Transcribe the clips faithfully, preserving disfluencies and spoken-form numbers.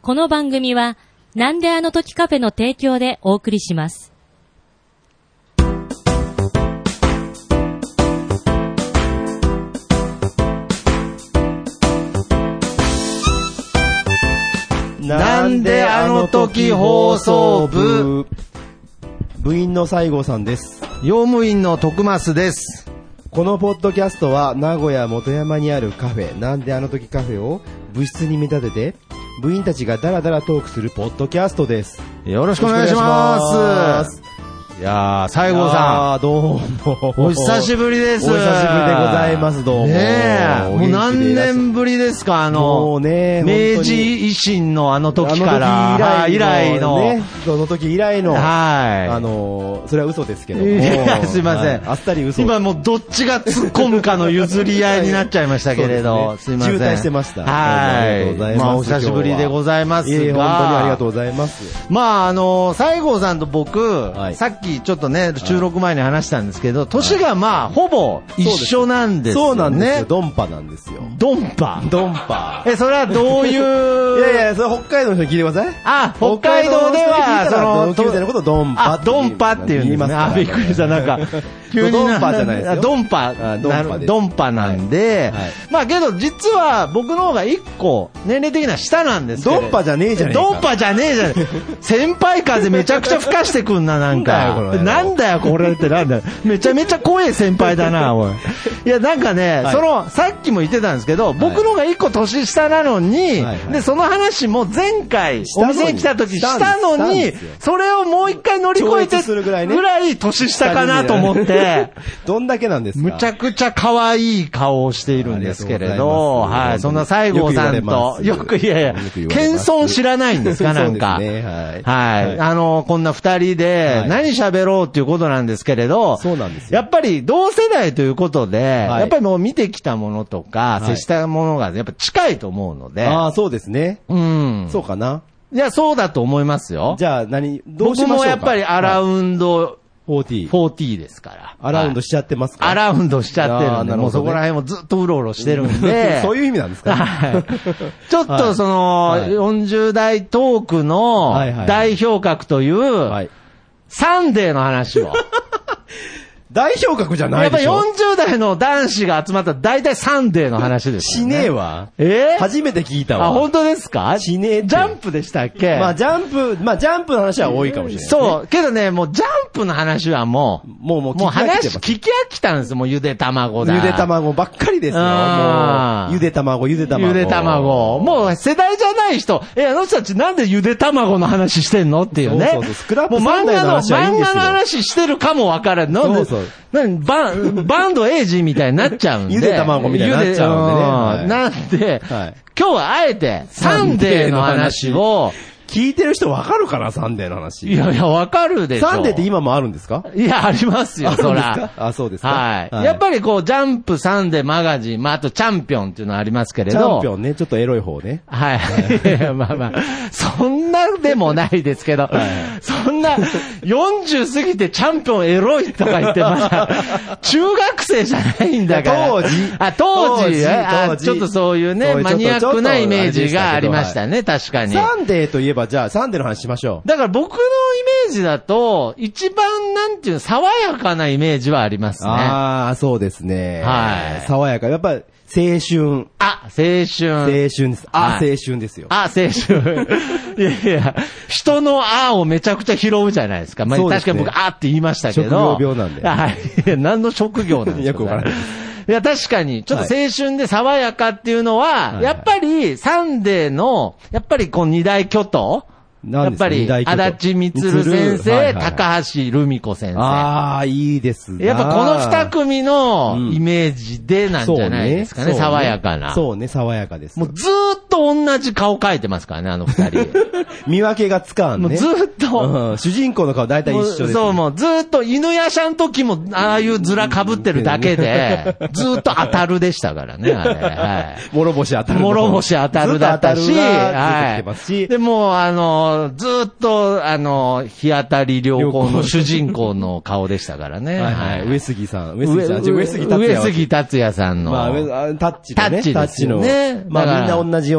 この番組は、なんであの時カフェの提供でお送りします。 なんであの時放送部。 部員の西郷さんです。 用務員の徳増です。 このポッドキャストは名古屋元山にあるカフェなんであの時カフェを部室に見立てて部員たちがダラダラトークするポッドキャストです。 よろしくお願いします。いやー、西郷さん。 どうも。 お久しぶりです。 お久しぶりでございます。どうも。 ねえ。もう何年ぶりですか、あの、 もうね、 明治維新のあの時から、 あの時以来の、 ね、 その時以来の、 はい。 あの、それは嘘ですけども。いや、すいません、はい。 あっさり嘘。 今もうどっちが突っ込むかの譲り合いになっちゃいましたけれど、す, ね、すいません。 渋滞してました。 はい。 ありがとうございます。 まあ、お久しぶりでございますが。 いえ、本当にありがとうございます。 まあ、あの、西郷さんと僕、 はい、 さっきちょっとね、収録前に話したんですけど、年がまあ、ほぼ一緒なんですよね。 そうなんですよ。ドンパなんですよ。 ドンパドンパ。 え、それはどういう。 いやいや、それ北海道の人に聞いてください。 あ、北海道では、 その、同級生のことをドンパって言います。あ、ドンパって言います。あ、びっくりした。なんか、急に。 ドンパじゃないですよ。 ドンパ。ドンパなんで、まあけど実は僕の方が一個、年齢的な下なんですけど。 ドンパじゃねえじゃねえか。 ドンパじゃねえじゃねえ。先輩風めちゃくちゃ吹かしてくんな、なんか。なんだよ、これってなんだよ。めちゃめちゃ怖い先輩だな、おい。いや、なんかね、その、さっきも言ってたんですけど、僕の方が一個年下なのに、で、その話も前回、お店に来た時したのに、それをもう一回乗り越えて、ぐらい年下かなと思って、 どんだけなんですか？ むちゃくちゃ可愛い顔をしているんですけれど、はい、そんな西郷さんと、よく、いやいや、謙遜知らないんですか、なんか。はい。あの、こんな二人で、何喋ろうっていうことなんですけれど、 そうなんですよ。 やっぱり同世代ということで、やっぱりもう見てきたものとか、接したものがやっぱ近いと思うので。 ああ、そうですね。 うん。 そうかな。 いや、そうだと思いますよ。 じゃあ何、どうしましょうか。 僕もやっぱりアラウンド、 フォーティー。 フォーティーですから。 アラウンドしちゃってますか？ アラウンドしちゃってるんで、もうそこら辺もずっとうろうろしてるんで。 そういう意味なんですか？ はい。ちょっとその、よんじゅう代トークの代表格という、サンデーの話を。 代表格じゃないでしょ。 やっぱよんじゅう代の男子が集まったら大体サンデーの話ですよね。 しねえわ。 えー、 初めて聞いたわ。 あ、本当ですか？ しねえって。 ジャンプでしたっけ？ まあジャンプ、まあジャンプの話は多いかもしれない、ね。 そう。けどね、もうジャンプの話はもう、 もうもうもう話聞き飽きたんですよ。もうゆで卵だ。 ゆで卵ばっかりですよ。もうゆで卵、ゆで卵。 ゆで卵。もう世代じゃない人、え、あの人たちなんでゆで卵の話してんのっていうね。 そうそうそう。スクラップサンデーの話はいいんですよ。 漫画の話してるかもわからん。なんで、そうそう。何バン、バンドエイジみたいになっちゃうんで。 ゆで卵みたいになっちゃうんでね。 なんで、はい、今日はあえてサンデーの話を、 聞いてる人わかるかな、サンデーの話。 いやいや、わかるでしょ。 サンデーって今もあるんですか？ いや、ありますよ、そら。 あ、そうですか。 はい。はい、やっぱりこう、ジャンプ、サンデー、マガジン、まあ、あとチャンピオンっていうのはありますけれど。 チャンピオンね、ちょっとエロい方ね。 はい。まあまあ、そんなでもないですけど、はい、そんな、よんじゅう過ぎてチャンピオンエロいとか言って、まだ、中学生じゃないんだから。 当時。 あ、当時、当時あちょっとそういうね、マニアックなイメージがありましたね、確かに。 サンデーといえば、じゃあ、サンデーの話しましょう。 だから僕のイメージだと、一番なんていうの、爽やかなイメージはありますね。 ああ、そうですね。 はい。 爽やか。やっぱ、青春。 あ、青春。 青春です。あ、青春ですよ。 あ、青春。いやいや、人のあをめちゃくちゃ拾うじゃないですか。まあ、確かに僕、あって言いましたけど。 職業病なんで。 はい。何の職業なんですか？ よくわからない。 いや、確かに、ちょっと青春で爽やかっていうのは、やっぱり、サンデーの、やっぱりこう二大巨頭やっぱり、足立みつる先生、高橋留美子先生。 ああ、いいですね。 やっぱこの二組のイメージでなんじゃないですかね、爽やかな。 そうね、爽やかです。 もうずーっと同じ顔描いてますからね、あの二人。 見分けがつかんね。 もうずーっと。 主人公の顔大体一緒です。 そう、もうずーっと犬やしゃん時もああいうズラ被ってるだけで、ずーっと当たるでしたからね、あれ。はい。 諸星当たる。 諸星当たるだったし、 はい。 でも、あの、ずーっと、あの、日当たり良好の主人公の顔でしたからね。 はいはい。上杉さん。上杉さん。上杉達也。 上杉達也さんの。 まあ、タッチのね。 タッチですよね。 まあ、みんな同じよ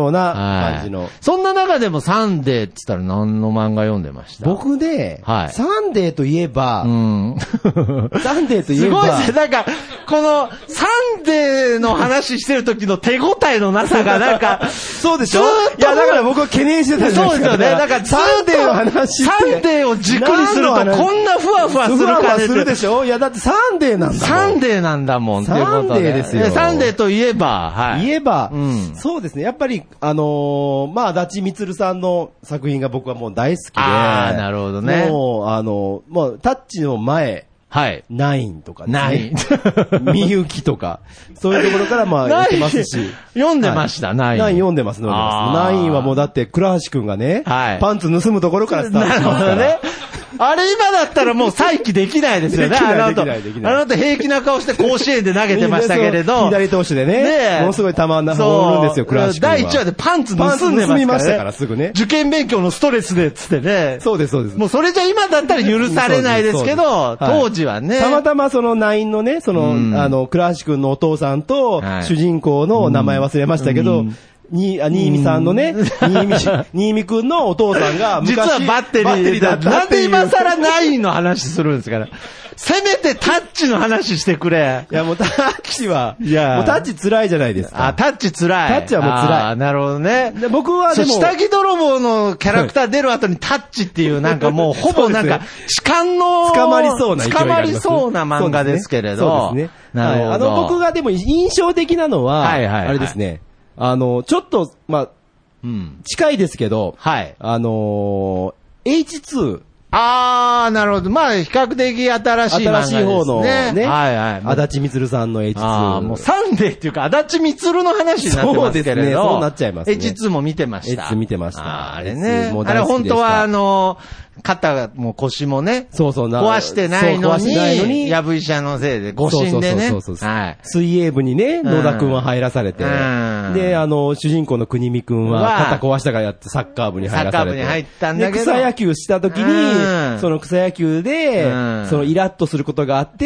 ような感じの。はい、 そんな中でもサンデーって言ったら何の漫画読んでました？ 僕ね、はい、サンデーといえば、うん、サンデーといえば、 すごいですね。なんか、このサンデーの話してる時の手応えのなさがなんか、 そうでしょ？いや、だから僕は懸念してたんですよ。 そうですよね。なんかサンデーの話サンデーを軸にするとこんなふわふわするかね。ふわふわするでしょ？いや、だってサンデーなんだもん。 サンデーなんだもんっていうことで。 サンデーですよ。 サンデーといえば、はい。 言えば、うん、そうですね。やっぱり、あのー、まあ、足立光さんの作品が僕はもう大好きで。 ああ、なるほどね。 もう、あの、もう、タッチの前。 はい。 ナインとかね。 ナイン。みゆきとか。そういうところからまあ、やってますし。 読んでました、はい、ナイン。 ナイン読んでます、読んでます。ナインはもうだって、倉橋くんがね、はい、パンツ盗むところからスタートしますから。なるほどね。 あれ今だったらもう再起できないですよね。あの後、あの後平気な顔して甲子園で投げてましたけれど。 左投手でね。ねものすごい球放るんですよ、倉橋君は。 だいいちわでパンツ盗んでますからね。 盗みましたからすぐね。 受験勉強のストレスでつってね。 そうです、そうです。 もうそれじゃ今だったら許されないですけど、当時はね。 たまたまそのナインのね、その、あの、倉橋君のお父さんと、主人公の名前忘れましたけど、に、あ、新見さんのね、新見、新見くんのお父さんが昔、 実はバッテリー、バッテリーだったなんで今更ナインの話するんですから。せめてタッチの話してくれ。 いや、もうタッチは、いや、もうタッチ辛いじゃないですか。 あ、タッチ辛い。 タッチはもう辛い。 あ、なるほどね。 で僕はでも、 下着泥棒のキャラクター出る後にタッチっていうなんかもうほぼなんか、痴漢の、 捕まりそうな勢いがあります。 捕まりそうな漫画ですけれど。 そうですね。なるほど。あの、僕がでも印象的なのは、はいはい。あれですね。あの、ちょっと、まあ、うん、近いですけど、はい。あのー、エイチツー。 あー、なるほど。まあ、比較的新しい漫画ですね。 新しい方のね。 はいはい。 足立みつるさんの エイチツー。 あー、もうサンデーっていうか、足立みつるの話になってますけれど。そうですね。 そうなっちゃいますね。 エイチツー も見てました。 エイチツー 見てました。 あれね。あれ本当はあのー、肩も腰もね、そうそう壊してないのに、やぶ医者のせいで、誤診でね、 水泳部にね、野田くんは入らされて、で、あの、主人公の国見くんは肩壊したからやってサッカー部に入らされて、 サッカー部に入ったんだけど、 草野球した時に、その草野球で、そのイラッとすることがあって、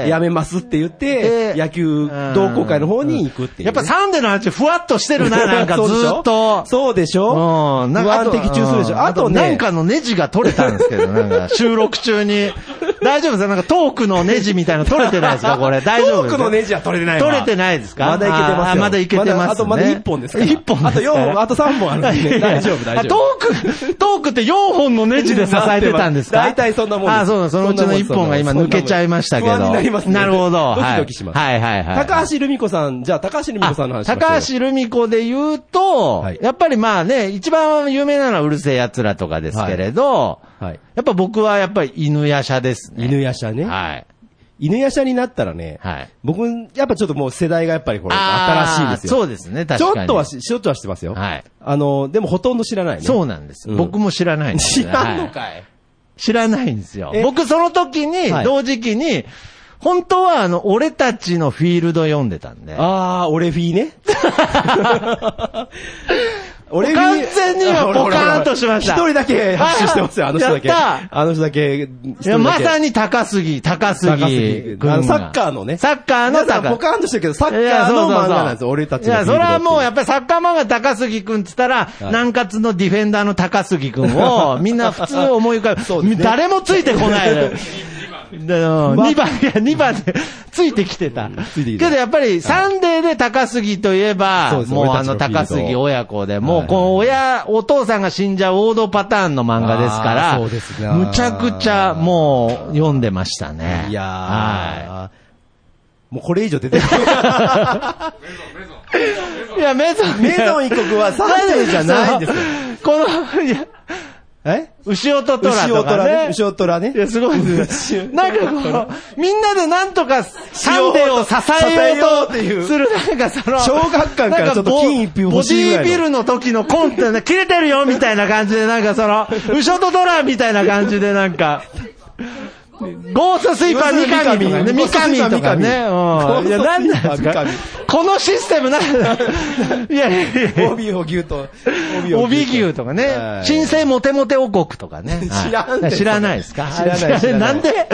やめますって言って、野球同好会の方に行くっていう。 やっぱサンデーの話ふわっとしてるな、なんかずっと。 そうでしょ？うん。不安的中するでしょ？ あとね、なんかのネジが取れたんですけど、なんか収録中に。大丈夫ですか？なんかトークのネジみたいなの取れてないですかこれ。大丈夫ですか？ トークのネジは取れてないわ。 取れてないですか？ まだいけてますよ。 まだいけてますね。 あとまだいっぽんですから。 いっぽんですか？ あとよんほん、あとさんぼんあるんで、大丈夫、大丈夫。 トーク、トークってよんほんのネジで支えてたんですか？ 大体そんなもんです。 あ、そうだ、そのうちのいっぽんが今抜けちゃいましたけど。 不安になりますね。 なるほど。 ドキドキします。 はいはいはい。 高橋留美子さん、じゃあ高橋留美子さんの話しましょう。 高橋留美子で言うと、やっぱりまあね、一番有名なのはうるせえ奴らとかですけれど、はい。やっぱ僕はやっぱり犬夜叉ですね。 犬夜叉ね。はい。犬夜叉になったらね、はい。僕、やっぱちょっともう世代がやっぱりこれ、新しいですよ。 そうですね、確かに。 ちょっとはし、ちょっとは知ってますよ。はい。あの、でもほとんど知らないね。 そうなんです。うん、僕も知らないんです。 知らんのかい、はい、 知らないんですよ。僕その時に、はい、同時期に、本当はあの、俺たちのフィールド読んでたんで。 ああ、俺フィーね。 俺完全にはポカーンとしました。 一人だけ発信してますよ、あの人だけ。あの人だけ。いや、まさに高杉、高杉。 高杉。あの、サッカーのね。 サッカーの高杉。 ポカーンとしてるけど、サッカーの漫画なんですよ、俺たちの。 いや、それはもうやっぱりサッカー漫画高杉くんって言ったら、南葛のディフェンダーの高杉くんを、みんな普通思い浮かべ、誰もついてこない。にばん、いや、にばんでついてきてた。けどやっぱりサンデーで高杉といえば、もうあの高杉親子で、もうこの親、お父さんが死んじゃう王道パターンの漫画ですから、むちゃくちゃもう読んでましたね。 いやー。はい。もうこれ以上出てこない。 いや、メゾン。 メゾン一国はサンデーじゃないんですよ。 この、いや、え牛音虎とかね。 牛音虎ね。 いや、すごいですね。なんかこう、みんなでなんとかサンデーを支えようとする、なんかその、 小学館からちょっと金一票欲しいぐらいの。 ボディービルの時のコンテね、切れてるよみたいな感じで、なんかその、牛音虎みたいな感じでなんか、ゴーストスイーパー三上とかね、三上とかね。うん。いや、なんなんですかこのシステムなんだいやいやいや。 帯を牛と、 帯牛とかね。新生モテモテ王国とかね。 知らん知らないですか知らない。 なんで、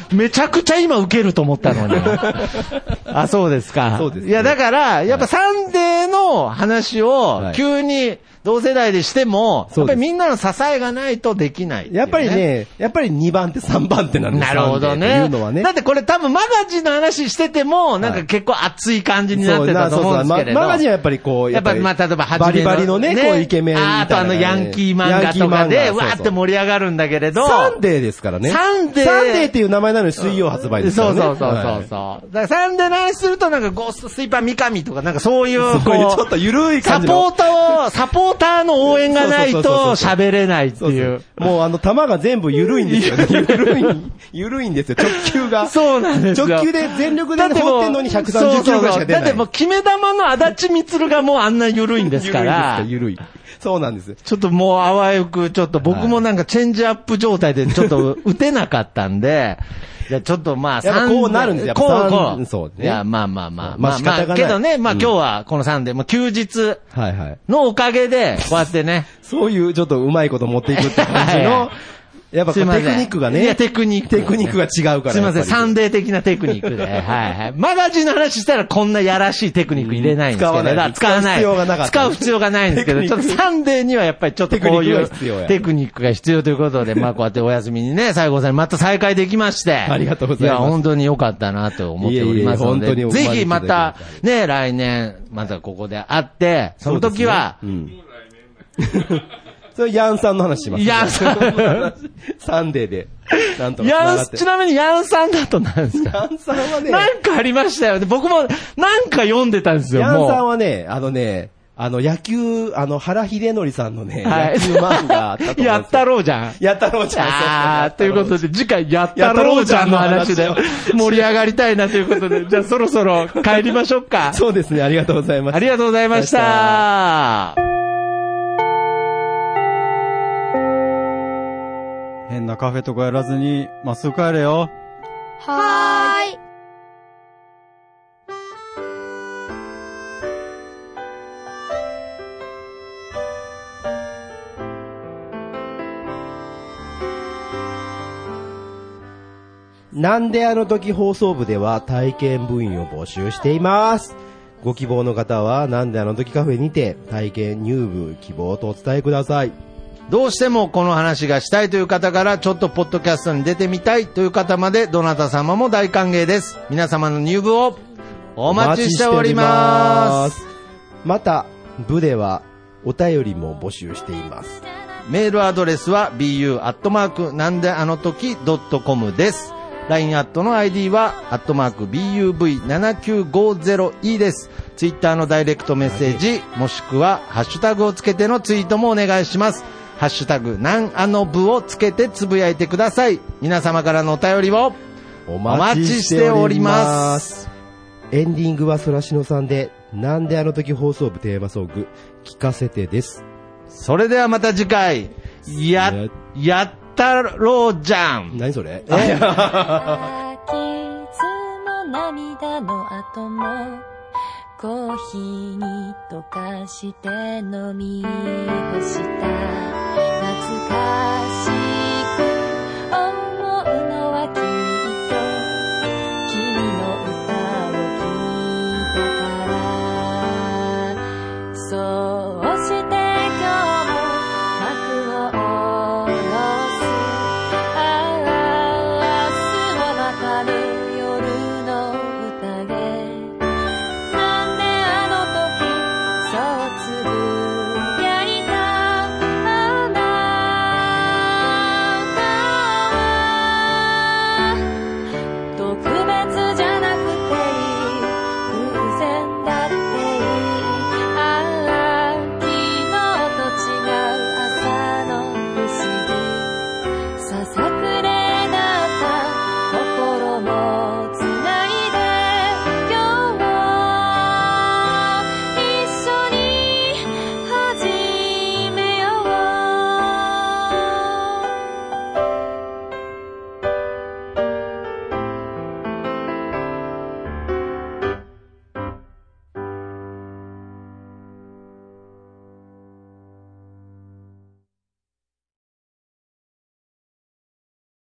めちゃくちゃ今受けると思ったのに。あ、そうですか。 そうですね。 いや、だから、やっぱサンデーの話を急に同世代でしても、やっぱりみんなの支えがないとできない、ね。 やっぱりね、やっぱりにばん手さんばん手なんですよ。 なるほどね。 いうのはね。 だってこれ多分マガジンの話してても、なんか結構熱い感じになってたと思うんですけれど。 そうそうそうマガジンはやっぱりこう、 やっぱりまあ例えばバリバリのね、こうイケメンみたいな、ね。 あとあのヤンキー漫画とかで、わーって盛り上がるんだけれど。 サンデーですからね。 サンデー。 サンデーっていう名前なのに水曜発売ですからね。 そうそうそうそうそう、はい。だからサンデーの話するとなんかゴーストスイーパー三上とかなんかそういう、 そういうちょっと緩い感じの。 サポーターを、サポーターの応援がないと喋れないっていう。 もうあの球が全部緩いんですよね。緩い、緩いんですよ。直球が。 そうなんですよ。 直球で全力で放ってんのにひゃくさんじゅっキロぐらいしか出ない。 だってもう決め球の足立みつるがもうあんな緩いんですから。 緩いですか、緩い。そうなんです。 ちょっともうあわゆく、ちょっと僕もなんかチェンジアップ状態でちょっと打てなかったんで、いや、ちょっとまあ、 やっぱこうなるんですよ。 こう、こう。 そうね。 いや、まあまあまあ。 まあ仕方がない。 けどね、まあ今日はこのサンデー、まあ休日はいはい。 のおかげで、こうやってね。 そういうちょっとうまいこと持っていくって感じの、やっぱテクニックがね。 いや、テクニック。 テクニックが違うから。 すいません、サンデー的なテクニックで。はいはい。マガジンの話したらこんなやらしいテクニック入れないんですけど、使わない。使わない。使う必要がなかった。使う必要がないんですけど、ちょっとサンデーにはやっぱりちょっとこういうテクニックが必要ということで、まあこうやってお休みにね、西郷さんにまた再会できまして。 ありがとうございます。 いや、本当に良かったなと思っておりますので、ぜひまた、ね、来年、またここで会って、その時は、 それヤンさんの話します。 ヤンさんサンデーで。 なんとヤン、ちなみにヤンさんだと何ですか？ ヤンさんはね。 なんかありましたよね。僕もなんか読んでたんですよ。 ヤンさんはね、あのね、あの野球、あの原秀則さんのね、 はい、 野球漫画あったと思うんですよ。 やったろうじゃん。 やったろうじゃん。 ああ、ということで次回やったろうじゃんの話で盛り上がりたいなということで、じゃあそろそろ帰りましょうか。 そうですね、ありがとうございます。 ありがとうございました。 変なカフェとかやらずに、まっすぐ帰れよ。 はーい。 なんであの時放送部では体験部員を募集しています。ご希望の方はなんであの時カフェにて体験入部希望とお伝えください。 どうしてもこの話がしたいという方からちょっとポッドキャストに出てみたいという方までどなた様も大歓迎です。皆様の入部をお待ちしております。 また部ではお便りも募集しています。 メールアドレスは ビーユー アットマーク なんであの時 ドットコム です。ライン アットの アイディー はアットマーク ビーユーブイななきゅうごゼロイー です。ツイッターのダイレクトメッセージもしくはハッシュタグをつけてのツイートもお願いします。ハッシュタグなんあの部をつけてつぶやいてください。皆様からのお便りをお待ちしております。 エンディングはそらしのさんでなんであの時放送部テーマソング聞かせてです。 それではまた次回ややったろうじゃん。 何それ？ 傷も涙の後もコーヒーに溶かして飲み干した